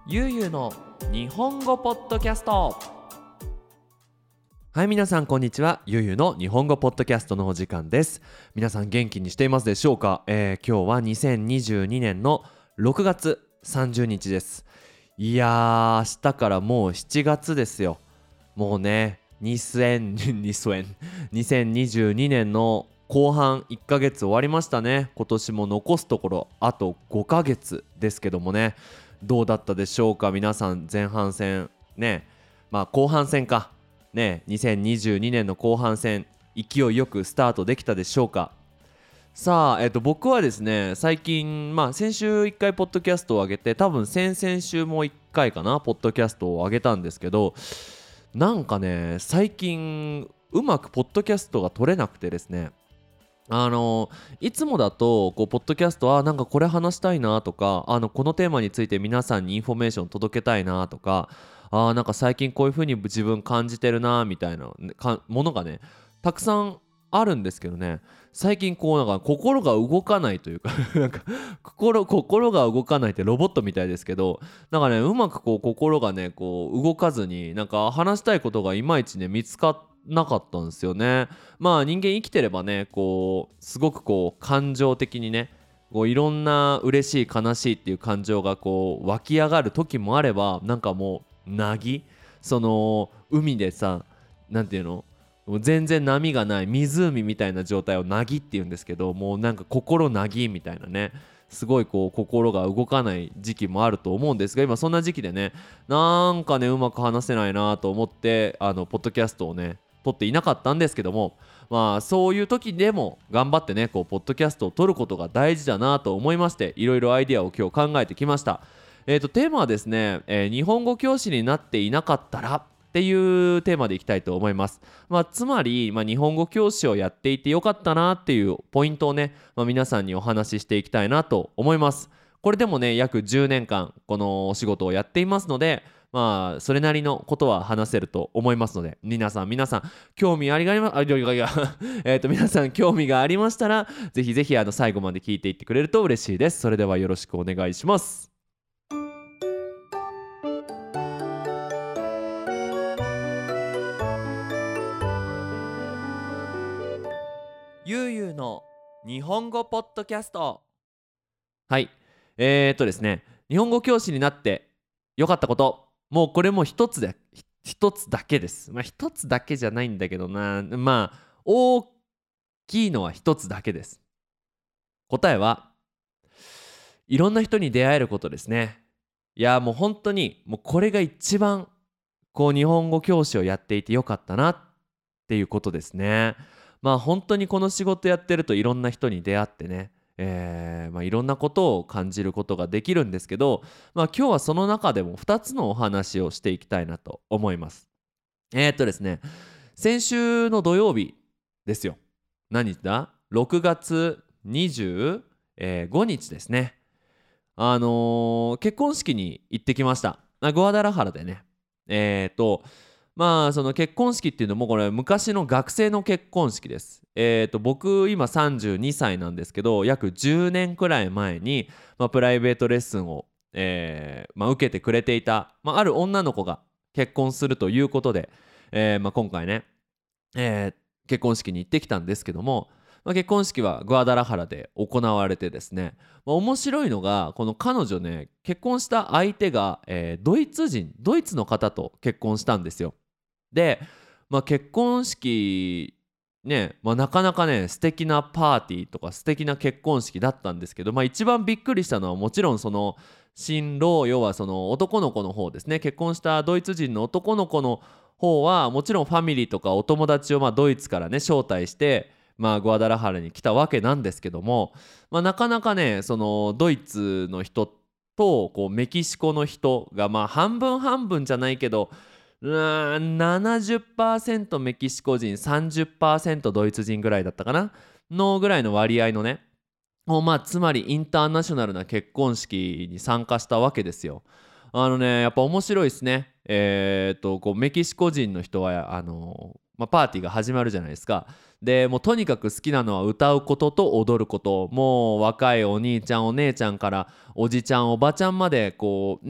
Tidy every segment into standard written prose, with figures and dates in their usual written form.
ゆうゆうの日本語ポッドキャスト。はい、皆さんこんにちは。ゆうゆうの日本語ポッドキャストのお時間です。皆さん元気にしていますでしょうか？今日は2022年の6月30日です。いやー、明日からもう7月ですよ。もうね、2022年の後半1ヶ月終わりましたね。今年も残すところあと5ヶ月ですけどもね、どうだったでしょうか？皆さん前半戦ね、後半戦かね、2022年の後半戦勢いよくスタートできたでしょうか？さあ、僕はですね、最近先週1回ポッドキャストを上げて、多分先々週も1回かなポッドキャストを上げたんですけど、なんかね最近うまくポッドキャストが取れなくてですね、いつもだとこうポッドキャストなんかこれ話したいなとか、このテーマについて皆さんにインフォメーション届けたいなとか、なんか最近こういう風に自分感じてるなみたいなものがねたくさんあるんですけどね、最近こうなんか心が動かないというかなんか心が動かないってロボットみたいですけど、なんかねうまくこう心がねこう動かずに、なんか話したいことがいまいちね見つかなかったんですよね。人間生きてればねこうすごくこう感情的にねこういろんな嬉しい悲しいっていう感情がこう湧き上がる時もあれば、なんかもうその海でさ、なんていうの、もう全然波がない湖みたいな状態を凪っていうんですけど、もうなんか心凪みたいなね、すごいこう心が動かない時期もあると思うんですが、今そんな時期でね、なんかねうまく話せないなと思ってポッドキャストをね撮っていなかったんですけども、そういう時でも頑張ってねこうポッドキャストを撮ることが大事だなと思いまして、いろいろアイデアを今日考えてきました。テーマはですね、日本語教師になっていなかったらっていうテーマでいきたいと思います。つまり、日本語教師をやっていてよかったなっていうポイントをね、皆さんにお話ししていきたいなと思います。これでもね約10年間このお仕事をやっていますので、それなりのことは話せると思いますので、皆さん興味ありがりま皆さん興味がありましたら、ぜひぜひ最後まで聞いていってくれると嬉しいです。それではよろしくお願いします。ゆうゆうの日本語ポッドキャスト。はい、ですね、日本語教師になってよかったこと、もうこれも一つだけです。一つだけじゃないんだけどな、大きいのは一つだけです。答えはいろんな人に出会えることですね。いやもう本当にもうこれが一番こう日本語教師をやっていてよかったなっていうことですね。本当にこの仕事やってるといろんな人に出会ってね、いろんなことを感じることができるんですけど、今日はその中でも2つのお話をしていきたいなと思います。ですね、先週の土曜日ですよ。何日だ？ 6 月25日ですね。結婚式に行ってきました。グアダラハラでね。その結婚式っていうのもこれ昔の学生の結婚式です。僕今32歳なんですけど、約10年くらい前に、プライベートレッスンを、受けてくれていた、ある女の子が結婚するということで、今回ね、えー結婚式に行ってきたんですけども、結婚式はグアダラハラで行われてですね、面白いのがこの彼女ね、結婚した相手が、ドイツの方と結婚したんですよ。で、結婚式ね、なかなかね素敵なパーティーとか素敵な結婚式だったんですけど、一番びっくりしたのはもちろんその新郎、要はその男の子の方ですね。結婚したドイツ人の男の子の方はもちろんファミリーとかお友達をドイツからね招待して、グアダラハラに来たわけなんですけども、なかなかねそのドイツの人とこうメキシコの人が半分半分じゃないけど、70% メキシコ人 30% ドイツ人ぐらいだったかなのぐらいの割合のね、もうつまりインターナショナルな結婚式に参加したわけですよ。やっぱ面白いですね。こうメキシコ人の人はパーティーが始まるじゃないですか。でもうとにかく好きなのは歌うことと踊ること。もう若いお兄ちゃんお姉ちゃんからおじちゃんおばちゃんまでこうね、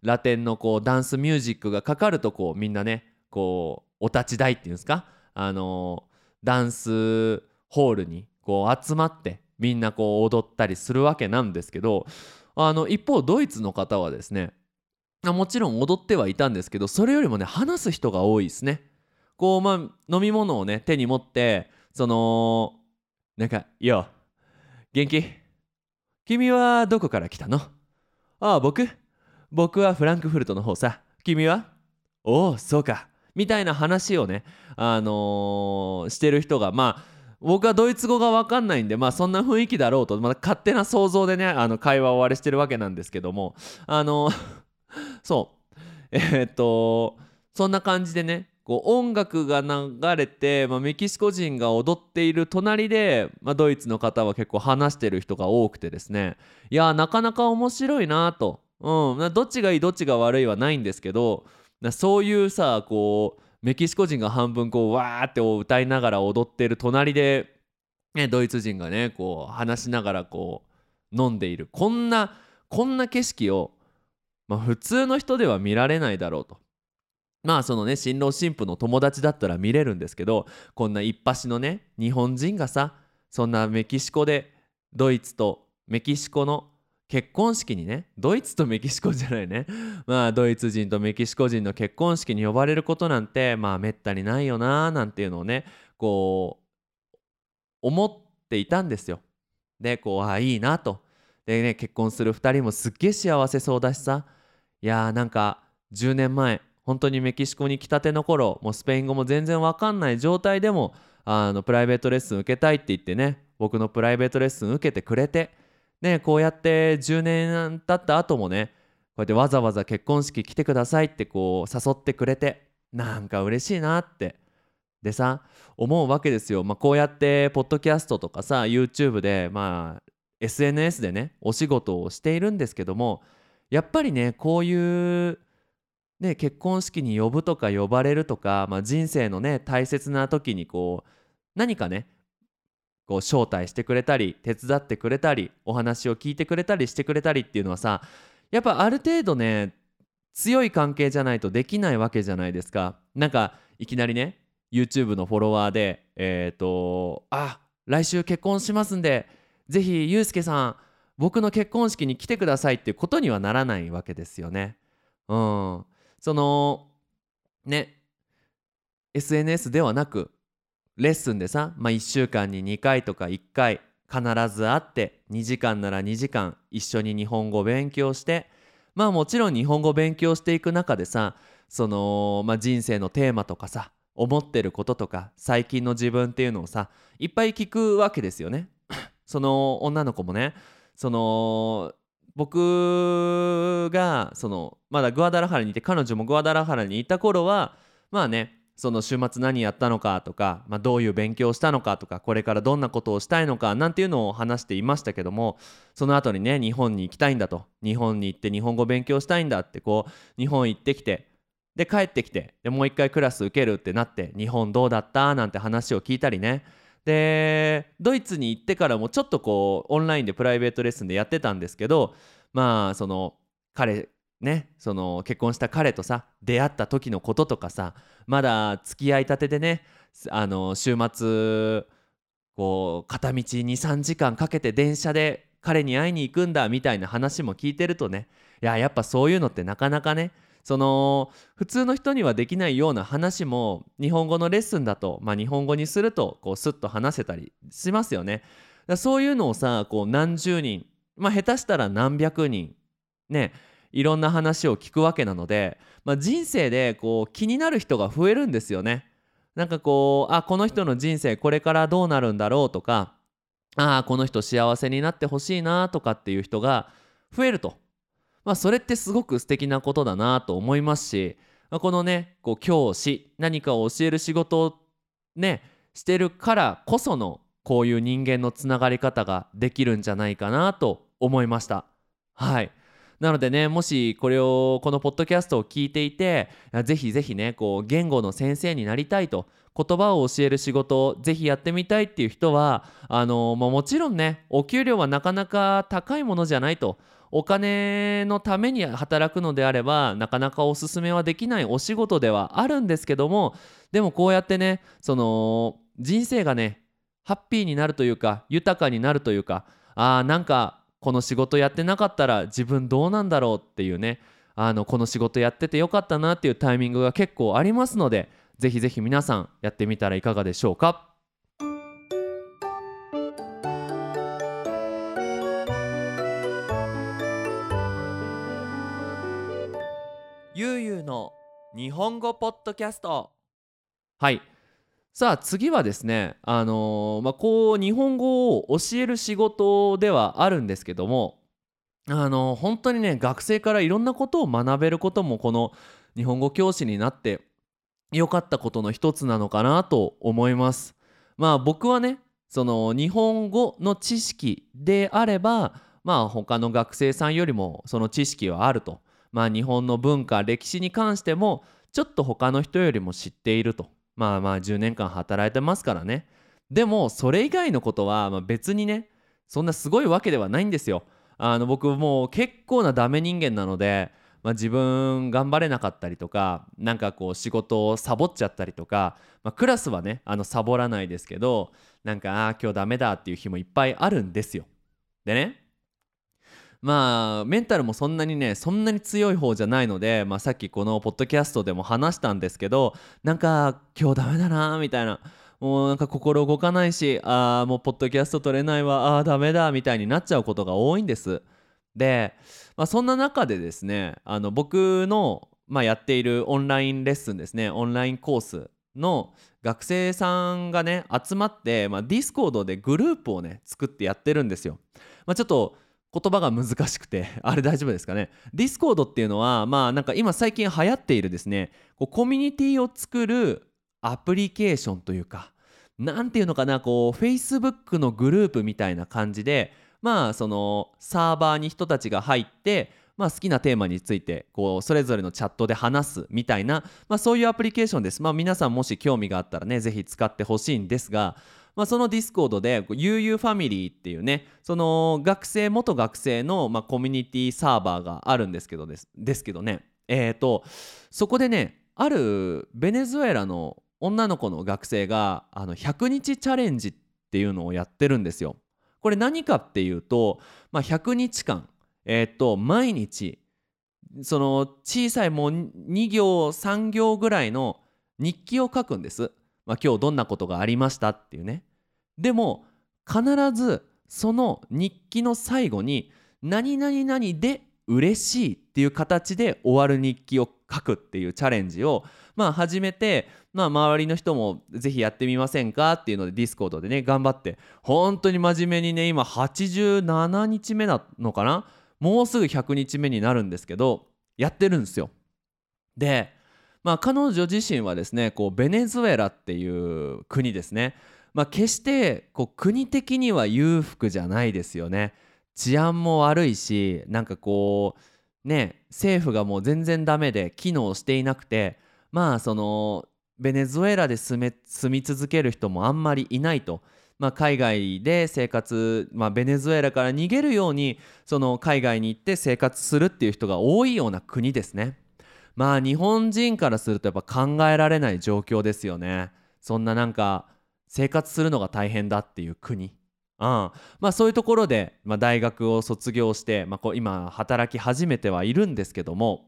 ラテンのこうダンスミュージックがかかるとこうみんなねこうお立ち台っていうんですか、ダンスホールにこう集まってみんなこう踊ったりするわけなんですけど、一方ドイツの方はですね、もちろん踊ってはいたんですけど、それよりもね話す人が多いですね。こう飲み物をね手に持って、なんか「いや元気？君はどこから来たの？ああ僕はフランクフルトの方さ。君は？おおそうか」みたいな話をね、してる人が、僕はドイツ語が分かんないんで、そんな雰囲気だろうと、勝手な想像でね会話をあれしてるわけなんですけども、あのそうそんな感じでねこう音楽が流れて、メキシコ人が踊っている隣で、ドイツの方は結構話してる人が多くてですね、いやなかなか面白いなと、どっちがいいどっちが悪いはないんですけど、そういうさこうメキシコ人が半分こうわーって歌いながら踊ってる隣で、ドイツ人がねこう話しながらこう飲んでいるこんな景色を、普通の人では見られないだろうと。そのね新郎新婦の友達だったら見れるんですけど、こんな一発のね日本人がさそんなメキシコでドイツとメキシコの結婚式にね、ドイツとメキシコじゃないねドイツ人とメキシコ人の結婚式に呼ばれることなんてめったにないよなーなんていうのをねこう思っていたんですよ。でこういいなと。でね結婚する2人もすっげえ幸せそうだしさ、いやなんか10年前本当にメキシコに来たての頃、もうスペイン語も全然わかんない状態でもプライベートレッスン受けたいって言ってね、僕のプライベートレッスン受けてくれて、ね、こうやって10年経った後もねこうやってわざわざ結婚式来てくださいってこう誘ってくれて、なんか嬉しいなってでさ思うわけですよ。こうやってポッドキャストとかさ YouTube でSNS でねお仕事をしているんですけども、やっぱりねこういう結婚式に呼ぶとか呼ばれるとか、人生のね大切な時にこう何かねこう招待してくれたり手伝ってくれたりお話を聞いてくれたりしてくれたりっていうのはさ、やっぱある程度ね強い関係じゃないとできないわけじゃないですか。なんかいきなりね YouTube のフォロワーで来週結婚しますんでぜひゆうすけさん僕の結婚式に来てくださいっていうことにはならないわけですよね。うん、そのね SNS ではなくレッスンでさ、1週間に2回とか1回必ず会って2時間なら2時間一緒に日本語勉強して、もちろん日本語勉強していく中でさ人生のテーマとかさ思ってることとか最近の自分っていうのをさいっぱい聞くわけですよね。その女の子もね僕がまだグアダラハラにいて彼女もグアダラハラにいた頃はその週末何やったのかとか、どういう勉強をしたのかとかこれからどんなことをしたいのかなんていうのを話していましたけども、その後にね日本に行きたいんだと、日本に行って日本語勉強したいんだってこう日本行ってきてで帰ってきてでもう一回クラス受けるってなって日本どうだったなんて話を聞いたりね、でドイツに行ってからもちょっとこうオンラインでプライベートレッスンでやってたんですけど、その彼ねその結婚した彼とさ出会った時のこととかさ、まだ付き合いたてでね週末こう片道23時間かけて電車で彼に会いに行くんだみたいな話も聞いてるとね、やっぱそういうのってなかなかね普通の人にはできないような話も日本語のレッスンだと、日本語にするとこうスッと話せたりしますよね。そういうのをさこう何十人、下手したら何百人ねいろんな話を聞くわけなので、人生でこう気になる人が増えるんですよね。なんかこうこの人の人生これからどうなるんだろうとか、この人幸せになってほしいなとかっていう人が増えると、それってすごく素敵なことだなと思いますし、このねこう教師何かを教える仕事をねしてるからこそのこういう人間のつながり方ができるんじゃないかなと思いました。はい。なのでねもしこのポッドキャストを聞いていてぜひぜひねこう言語の先生になりたいと、言葉を教える仕事をぜひやってみたいっていう人はもちろんねお給料はなかなか高いものじゃないとお金のために働くのであればなかなかおすすめはできないお仕事ではあるんですけども、でもこうやってね、人生がねハッピーになるというか豊かになるというか、なんかこの仕事やってなかったら自分どうなんだろうっていうね、この仕事やっててよかったなっていうタイミングが結構ありますので、ぜひぜひ皆さんやってみたらいかがでしょうか。ゆうゆうの日本語ポッドキャスト。はい。さあ次はですね、こう日本語を教える仕事ではあるんですけども、本当にね学生からいろんなことを学べることもこの日本語教師になって良かったことの一つなのかなと思います。僕はね、その日本語の知識であれば他の学生さんよりもその知識はあると。日本の文化歴史に関してもちょっと他の人よりも知っていると。10年間働いてますからね。でもそれ以外のことは別にねそんなすごいわけではないんですよ。僕もう結構なダメ人間なので、自分頑張れなかったりとかなんかこう仕事をサボっちゃったりとか、クラスはねサボらないですけど、なんか今日ダメだっていう日もいっぱいあるんですよ。でね、メンタルもそんなに強い方じゃないので、さっきこのポッドキャストでも話したんですけど、なんか今日ダメだなみたいな、もうなんか心動かないし、もうポッドキャスト撮れないわ、ダメだみたいになっちゃうことが多いんです。で、そんな中でですね、僕の、やっているオンラインレッスンですね、オンラインコースの学生さんがね集まって、ディスコードでグループをね作ってやってるんですよ。ちょっと言葉が難しくてあれ大丈夫ですかね。ディスコードっていうのはなんか今最近流行っているですね、こうコミュニティを作るアプリケーションというか、なんていうのかな、こう Facebook のグループみたいな感じで、そのサーバーに人たちが入って、好きなテーマについてこうそれぞれのチャットで話すみたいな、そういうアプリケーションです。皆さんもし興味があったらねぜひ使ってほしいんですが、そのディスコードでゆうゆうファミリーっていうね、その元学生の、コミュニティサーバーがあるんですけどですけどね、そこでねあるベネズエラの女の子の学生が100日チャレンジっていうのをやってるんですよ。これ何かっていうと、100日間、毎日その小さいもう2行3行ぐらいの日記を書くんです。今日どんなことがありましたっていうね。でも必ずその日記の最後に何々々で嬉しいっていう形で終わる日記を書くっていうチャレンジを始めて、周りの人もぜひやってみませんかっていうのでディスコードでね頑張って、本当に真面目にね今87日目なのかな、もうすぐ100日目になるんですけどやってるんですよ。で、彼女自身はですねこうベネズエラっていう国ですね、決してこう国的には裕福じゃないですよね。治安も悪いし、なんかこうね政府がもう全然ダメで機能していなくて、そのベネズエラで住み続ける人もあんまりいないと。海外で生活、ベネズエラから逃げるようにその海外に行って生活するっていう人が多いような国ですね。日本人からするとやっぱ考えられない状況ですよね。そんななんか生活するのが大変だっていう国。そういうところで、大学を卒業して、こう今働き始めてはいるんですけども、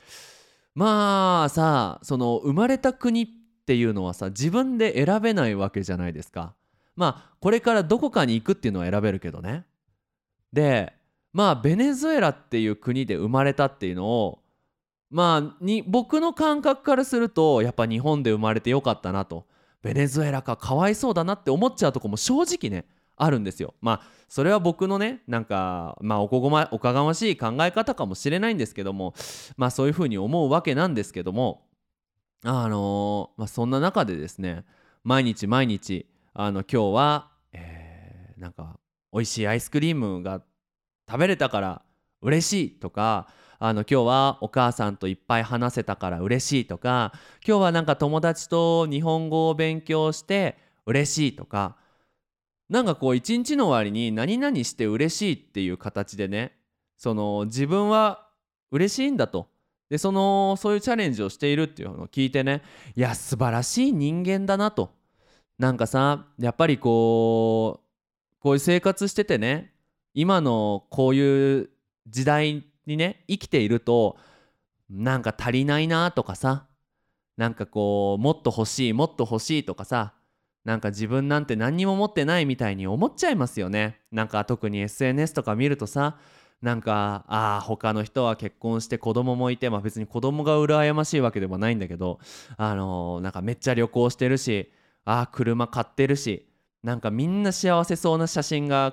さあその生まれた国っていうのはさ自分で選べないわけじゃないですか。これからどこかに行くっていうのは選べるけどね。でベネズエラっていう国で生まれたっていうのを僕の感覚からするとやっぱ日本で生まれてよかったなと、ベネズエラかわいそうだなって思っちゃうとこも正直ねあるんですよ。それは僕のねなんかおかがましい考え方かもしれないんですけども、そういうふうに思うわけなんですけども、そんな中でですね毎日毎日今日は、なんか美味しいアイスクリームが食べれたから嬉しいとか、今日はお母さんといっぱい話せたから嬉しいとか、今日はなんか友達と日本語を勉強して嬉しいとか、なんかこう一日の終わりに何々して嬉しいっていう形でねその自分は嬉しいんだと。でそういうチャレンジをしているっていうのを聞いてね、いや素晴らしい人間だなと。なんかさやっぱりこういう生活しててね、今のこういう時代にね生きていると、なんか足りないなとかさ、なんかもっと欲しいもっと欲しいとかさ、なんか自分なんて何にも持ってないみたいに思っちゃいますよね。なんか特に SNS とか見るとさ、なんか他の人は結婚して子供もいて、まあ別に子供が羨ましいわけでもないんだけど、なんかめっちゃ旅行してるし、車買ってるし、なんかみんな幸せそうな写真が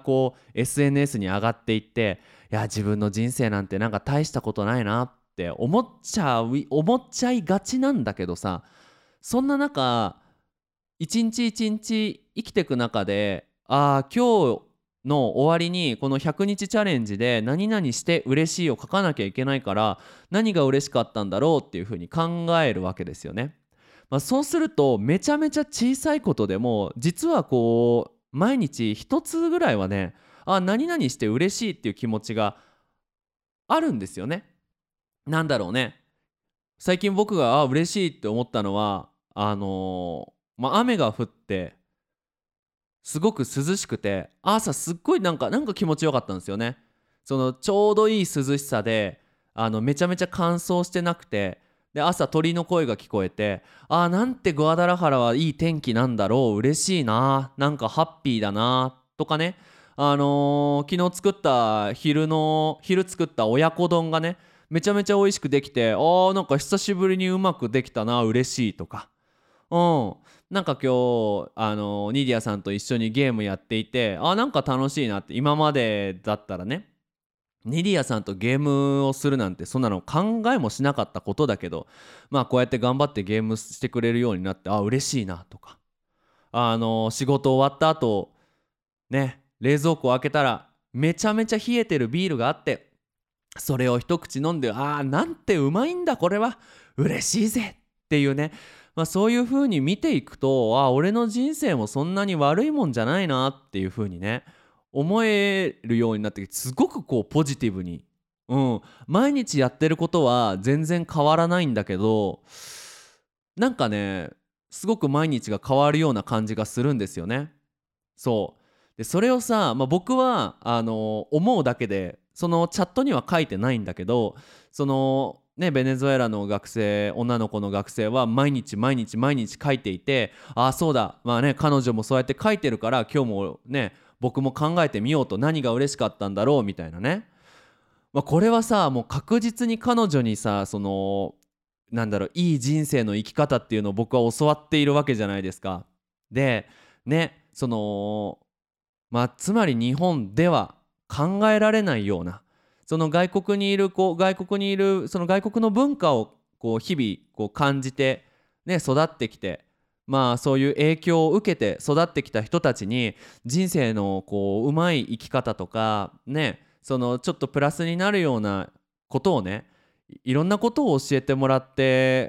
SNS に上がっていって、いや自分の人生なんてなんか大したことないなって思っちゃいがちなんだけどさ、そんな中一日一日生きていく中で、今日の終わりにこの100日チャレンジで何々して嬉しいを書かなきゃいけないから、何が嬉しかったんだろうっていうふうに考えるわけですよね。そうするとめちゃめちゃ小さいことでも実は毎日一つぐらいはね、何々して嬉しいっていう気持ちがあるんですよね。なんだろうね、最近僕が嬉しいって思ったのは雨が降ってすごく涼しくて、朝すっごいなんか気持ちよかったんですよね。そのちょうどいい涼しさで、めちゃめちゃ乾燥してなくて、で朝鳥の声が聞こえて、なんてグアダラハラはいい天気なんだろう、嬉しいな、なんかハッピーだなとかね、昨日作った昼作った親子丼がね、めちゃめちゃ美味しくできて、なんか久しぶりにうまくできたな、嬉しいとか。うん、なんか今日ニディアさんと一緒にゲームやっていて、なんか楽しいなって。今までだったらね、ニディアさんとゲームをするなんてそんなの考えもしなかったことだけど、こうやって頑張ってゲームしてくれるようになって、嬉しいなとか、仕事終わった後ね、冷蔵庫を開けたらめちゃめちゃ冷えてるビールがあって、それを一口飲んで、なんてうまいんだこれは、嬉しいぜっていうね、そういう風に見ていくと、俺の人生もそんなに悪いもんじゃないなっていう風にね思えるようになってきて、すごくポジティブに、毎日やってることは全然変わらないんだけど、なんかねすごく毎日が変わるような感じがするんですよね。そうで、それをさ、僕は思うだけで、そのチャットには書いてないんだけど、そのねベネズエラの女の子の学生は毎日毎日毎日書いていて、そうだ、彼女もそうやって書いてるから、今日もね僕も考えてみようと、何が嬉しかったんだろうみたいなね。これはさ、もう確実に彼女にさ、なんだろう、いい人生の生き方っていうのを僕は教わっているわけじゃないですか。でね、つまり日本では考えられないような、その外国にいるその外国の文化を日々感じてね育ってきて、そういう影響を受けて育ってきた人たちに、人生のうまい生き方とかね、そのちょっとプラスになるようなことをね、いろんなことを教えてもらって、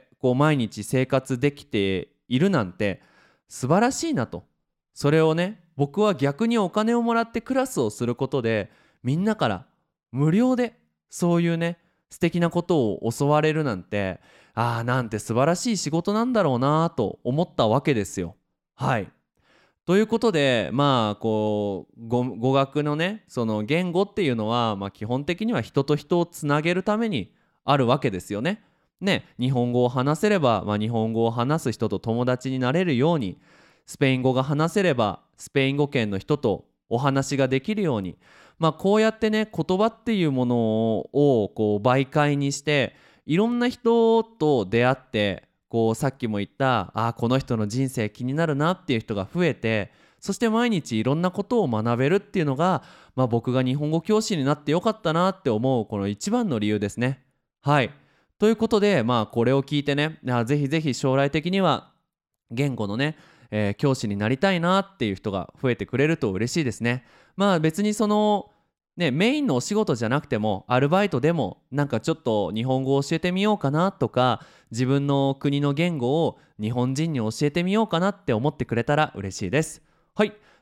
毎日生活できているなんて素晴らしいなと。それをね僕は逆にお金をもらってクラスをすることで、みんなから無料でそういうね素敵なことを教われるなんて、なんて素晴らしい仕事なんだろうなと思ったわけですよ。はい。ということで、語学のねその言語っていうのは、基本的には人と人をつなげるためにあるわけですよね。日本語を話せれば、日本語を話す人と友達になれるように、スペイン語が話せればスペイン語圏の人とお話ができるように、こうやってね言葉っていうものを媒介にして、いろんな人と出会って、さっきも言ったこの人の人生気になるなっていう人が増えて、そして毎日いろんなことを学べるっていうのが、僕が日本語教師になってよかったなって思うこの一番の理由ですね。はい。ということで、これを聞いてね、ぜひぜひ将来的には言語のね、教師になりたいなっていう人が増えてくれると嬉しいですね。別にメインのお仕事じゃなくても、アルバイトでもなんかちょっと日本語を教えてみようかなとか、自分の国の言語を日本人に教えてみようかなって思ってくれたら嬉しいです。はい。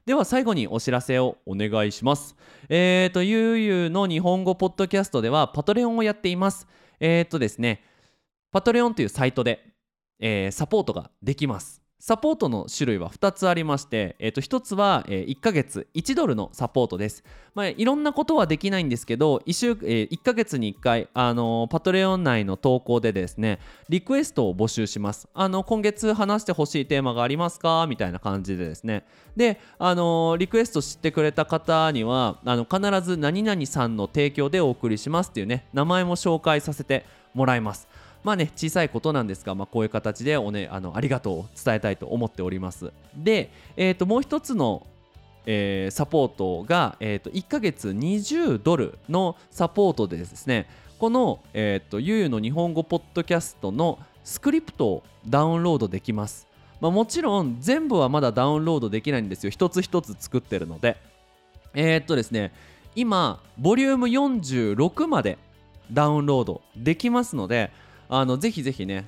では最後にお知らせをお願いします。ゆうゆうの日本語ポッドキャストではパトレオンをやっています。ですね、パトレオンというサイトで、サポートができます。サポートの種類は2つありまして、1つは、1ヶ月1ドルのサポートです。いろんなことはできないんですけど、1ヶ月に1回、パトレオン内の投稿でですね、リクエストを募集します。今月話してほしいテーマがありますかみたいな感じでですね。で、リクエストしてくれた方には必ず何々さんの提供でお送りしますっていうね、名前も紹介させてもらいます。小さいことなんですが、こういう形でありがとうを伝えたいと思っております。で、もう一つの、サポートが、1ヶ月20ドルのサポートでですね、この、ゆうゆうの日本語ポッドキャストのスクリプトをダウンロードできます。もちろん全部はまだダウンロードできないんですよ。一つ一つ作ってるので。ですね、今ボリューム46までダウンロードできますので、ぜひぜひね、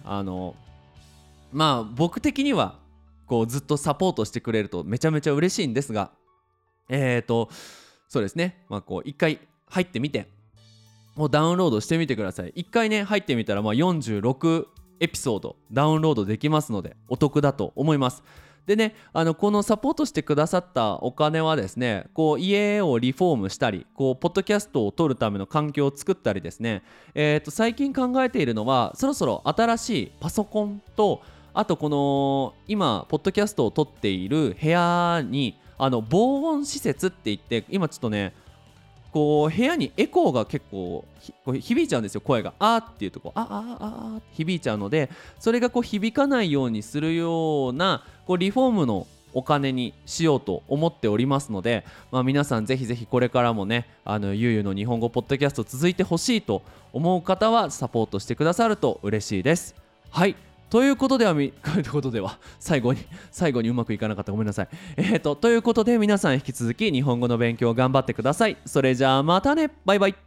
僕的にはこうずっとサポートしてくれるとめちゃめちゃ嬉しいんですが、そうですね、こう一回入ってみて、もうダウンロードしてみてください。一回ね入ってみたら46エピソードダウンロードできますのでお得だと思います。でね、このサポートしてくださったお金はですね、こう家をリフォームしたり、こうポッドキャストを撮るための環境を作ったりですね、最近考えているのは、そろそろ新しいパソコンと、あとこの今ポッドキャストを撮っている部屋に防音施設って言って、今ちょっとねこう部屋にエコーが結構こう響いちゃうんですよ。声があーっていうとこあって響いちゃうので、それがこう響かないようにするようなこうリフォームのお金にしようと思っておりますので、皆さんぜひぜひこれからもね、ゆうゆうの日本語ポッドキャスト続いてほしいと思う方はサポートしてくださると嬉しいです。はい、ということでは最後にうまくいかなかった、ごめんなさい。ということで皆さん引き続き日本語の勉強頑張ってください。それじゃあまたね、バイバイ。